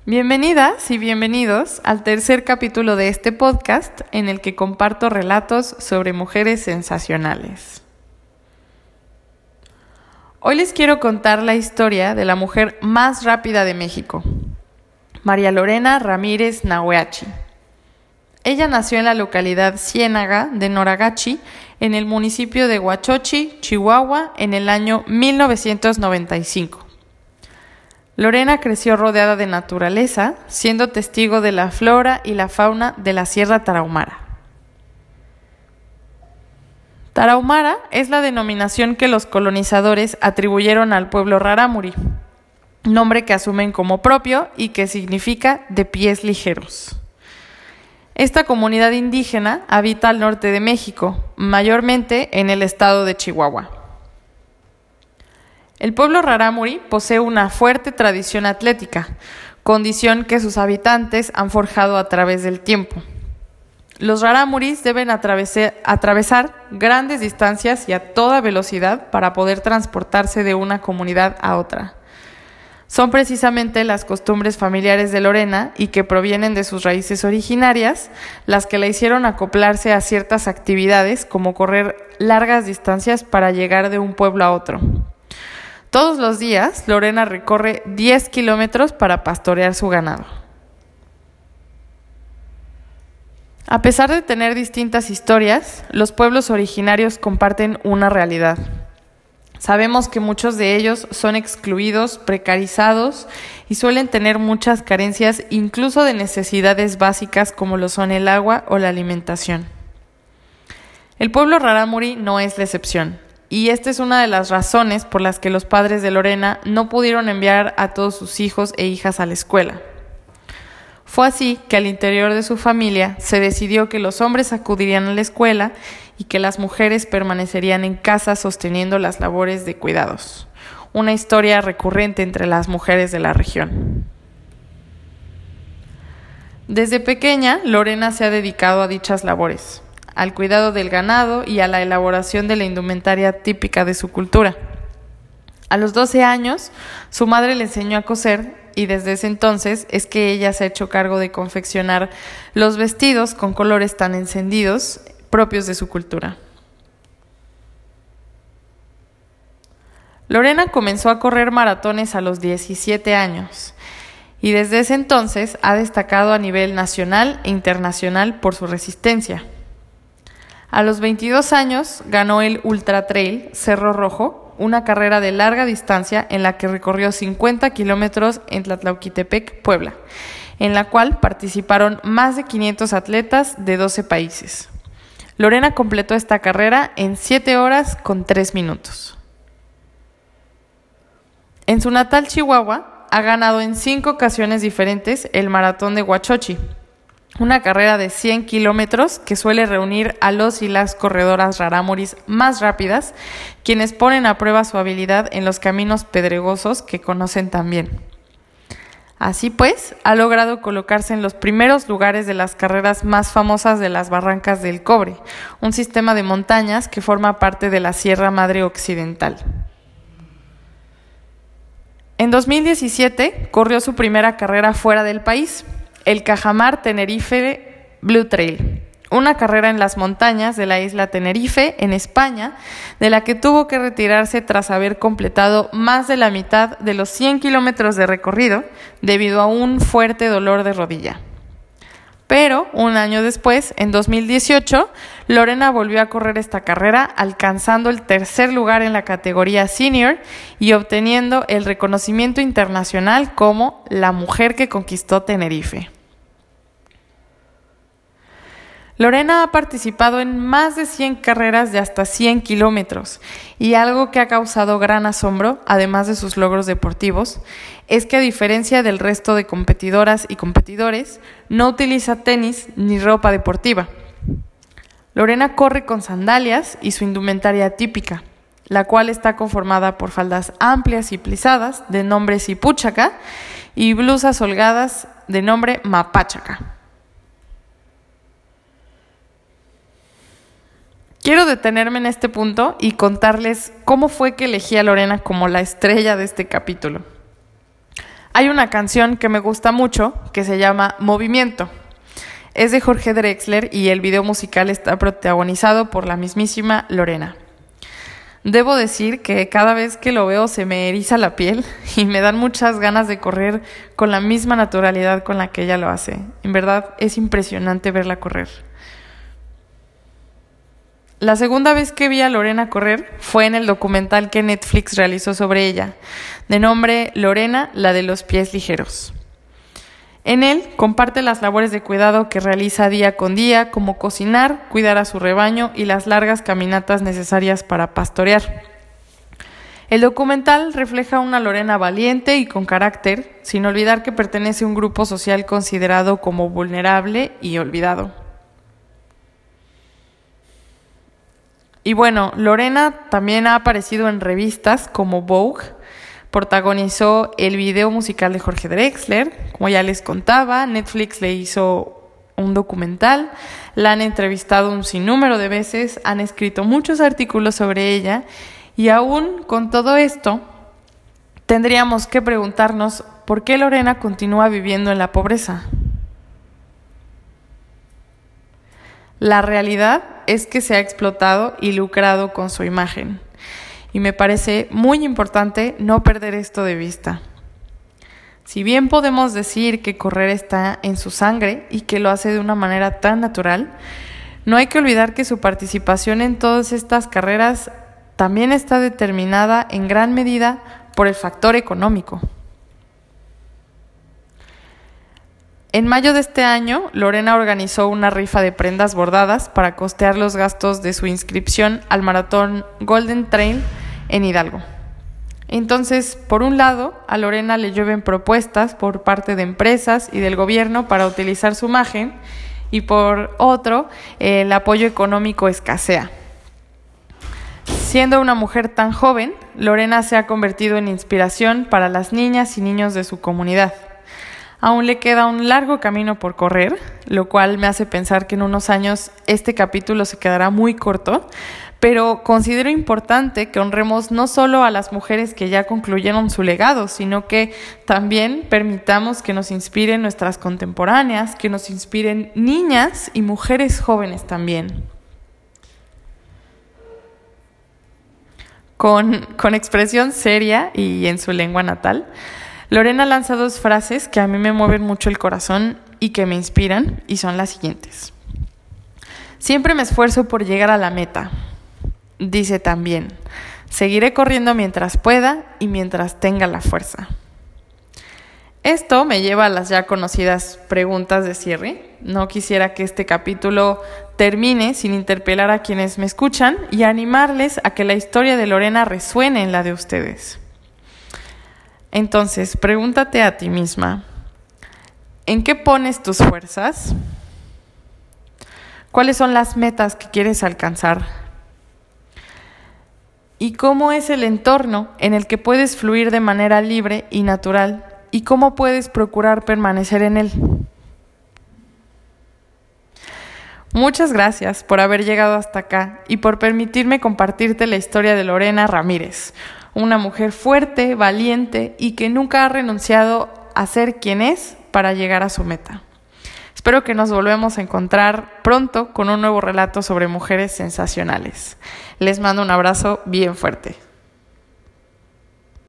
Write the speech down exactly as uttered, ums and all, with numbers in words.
Bienvenidas y bienvenidos al tercer capítulo de este podcast en el que comparto relatos sobre mujeres sensacionales. Hoy les quiero contar la historia de la mujer más rápida de México, María Lorena Ramírez Nahueachi. Ella nació en la localidad Ciénaga de Noragachi, en el municipio de Huachochi, Chihuahua, en el año mil novecientos noventa y cinco. Lorena creció rodeada de naturaleza, siendo testigo de la flora y la fauna de la Sierra Tarahumara. Tarahumara es la denominación que los colonizadores atribuyeron al pueblo rarámuri, nombre que asumen como propio y que significa de pies ligeros. Esta comunidad indígena habita al norte de México, mayormente en el estado de Chihuahua. El pueblo rarámuri posee una fuerte tradición atlética, condición que sus habitantes han forjado a través del tiempo. Los rarámuris deben atravesar, atravesar grandes distancias y a toda velocidad para poder transportarse de una comunidad a otra. Son precisamente las costumbres familiares de Lorena y que provienen de sus raíces originarias las que la hicieron acoplarse a ciertas actividades como correr largas distancias para llegar de un pueblo a otro. Todos los días, Lorena recorre diez kilómetros para pastorear su ganado. A pesar de tener distintas historias, los pueblos originarios comparten una realidad. Sabemos que muchos de ellos son excluidos, precarizados y suelen tener muchas carencias, incluso de necesidades básicas como lo son el agua o la alimentación. El pueblo rarámuri no es la excepción. Y esta es una de las razones por las que los padres de Lorena no pudieron enviar a todos sus hijos e hijas a la escuela. Fue así que al interior de su familia se decidió que los hombres acudirían a la escuela y que las mujeres permanecerían en casa sosteniendo las labores de cuidados. Una historia recurrente entre las mujeres de la región. Desde pequeña, Lorena se ha dedicado a dichas labores, al cuidado del ganado y a la elaboración de la indumentaria típica de su cultura. A los doce años, su madre le enseñó a coser y desde ese entonces es que ella se ha hecho cargo de confeccionar los vestidos con colores tan encendidos propios de su cultura. Lorena comenzó a correr maratones a los diecisiete años y desde ese entonces ha destacado a nivel nacional e internacional por su resistencia. A los veintidós años ganó el Ultra Trail Cerro Rojo, una carrera de larga distancia en la que recorrió cincuenta kilómetros en Tlatlauquitepec, Puebla, en la cual participaron más de quinientos atletas de doce países. Lorena completó esta carrera en siete horas con tres minutos. En su natal Chihuahua, ha ganado en cinco ocasiones diferentes el maratón de Huachochi, una carrera de cien kilómetros que suele reunir a los y las corredoras rarámuris más rápidas, quienes ponen a prueba su habilidad en los caminos pedregosos que conocen tan bien. Así pues, ha logrado colocarse en los primeros lugares de las carreras más famosas de las Barrancas del Cobre, un sistema de montañas que forma parte de la Sierra Madre Occidental. En dos mil diecisiete corrió su primera carrera fuera del país, el Cajamar Tenerife Blue Trail, una carrera en las montañas de la isla Tenerife, en España, de la que tuvo que retirarse tras haber completado más de la mitad de los cien kilómetros de recorrido debido a un fuerte dolor de rodilla. Pero, un año después, en dos mil dieciocho, Lorena volvió a correr esta carrera, alcanzando el tercer lugar en la categoría senior y obteniendo el reconocimiento internacional como la mujer que conquistó Tenerife. Lorena ha participado en más de cien carreras de hasta cien kilómetros y algo que ha causado gran asombro, además de sus logros deportivos, es que a diferencia del resto de competidoras y competidores, no utiliza tenis ni ropa deportiva. Lorena corre con sandalias y su indumentaria típica, la cual está conformada por faldas amplias y plisadas de nombre sipúchaca y blusas holgadas de nombre mapáchaca. Quiero detenerme en este punto y contarles cómo fue que elegí a Lorena como la estrella de este capítulo. Hay una canción que me gusta mucho que se llama Movimiento. Es de Jorge Drexler y el video musical está protagonizado por la mismísima Lorena. Debo decir que cada vez que lo veo se me eriza la piel y me dan muchas ganas de correr con la misma naturalidad con la que ella lo hace. En verdad es impresionante verla correr. La segunda vez que vi a Lorena correr fue en el documental que Netflix realizó sobre ella, de nombre Lorena, la de los pies ligeros. En él comparte las labores de cuidado que realiza día con día, como cocinar, cuidar a su rebaño y las largas caminatas necesarias para pastorear. El documental refleja una Lorena valiente y con carácter, sin olvidar que pertenece a un grupo social considerado como vulnerable y olvidado. Y bueno, Lorena también ha aparecido en revistas como Vogue. Protagonizó el video musical de Jorge Drexler, como ya les contaba. Netflix le hizo un documental, la han entrevistado un sinnúmero de veces, han escrito muchos artículos sobre ella, y aún con todo esto, tendríamos que preguntarnos por qué Lorena continúa viviendo en la pobreza. La realidad es que se ha explotado y lucrado con su imagen. Y me parece muy importante no perder esto de vista. Si bien podemos decir que correr está en su sangre y que lo hace de una manera tan natural, no hay que olvidar que su participación en todas estas carreras también está determinada en gran medida por el factor económico. En mayo de este año, Lorena organizó una rifa de prendas bordadas para costear los gastos de su inscripción al maratón Golden Trail en Hidalgo. Entonces, por un lado, a Lorena le llueven propuestas por parte de empresas y del gobierno para utilizar su imagen, y por otro, el apoyo económico escasea. Siendo una mujer tan joven, Lorena se ha convertido en inspiración para las niñas y niños de su comunidad. Aún le queda un largo camino por correr, lo cual me hace pensar que en unos años este capítulo se quedará muy corto, pero considero importante que honremos no solo a las mujeres que ya concluyeron su legado, sino que también permitamos que nos inspiren nuestras contemporáneas, que nos inspiren niñas y mujeres jóvenes también. Con, con expresión seria y en su lengua natal, Lorena lanza dos frases que a mí me mueven mucho el corazón y que me inspiran, y son las siguientes. Siempre me esfuerzo por llegar a la meta. Dice también, seguiré corriendo mientras pueda y mientras tenga la fuerza. Esto me lleva a las ya conocidas preguntas de cierre. No quisiera que este capítulo termine sin interpelar a quienes me escuchan y animarles a que la historia de Lorena resuene en la de ustedes. Entonces, pregúntate a ti misma, ¿en qué pones tus fuerzas? ¿Cuáles son las metas que quieres alcanzar? ¿Y cómo es el entorno en el que puedes fluir de manera libre y natural? ¿Y cómo puedes procurar permanecer en él? Muchas gracias por haber llegado hasta acá y por permitirme compartirte la historia de Lorena Ramírez, una mujer fuerte, valiente y que nunca ha renunciado a ser quien es para llegar a su meta. Espero que nos volvamos a encontrar pronto con un nuevo relato sobre mujeres sensacionales. Les mando un abrazo bien fuerte.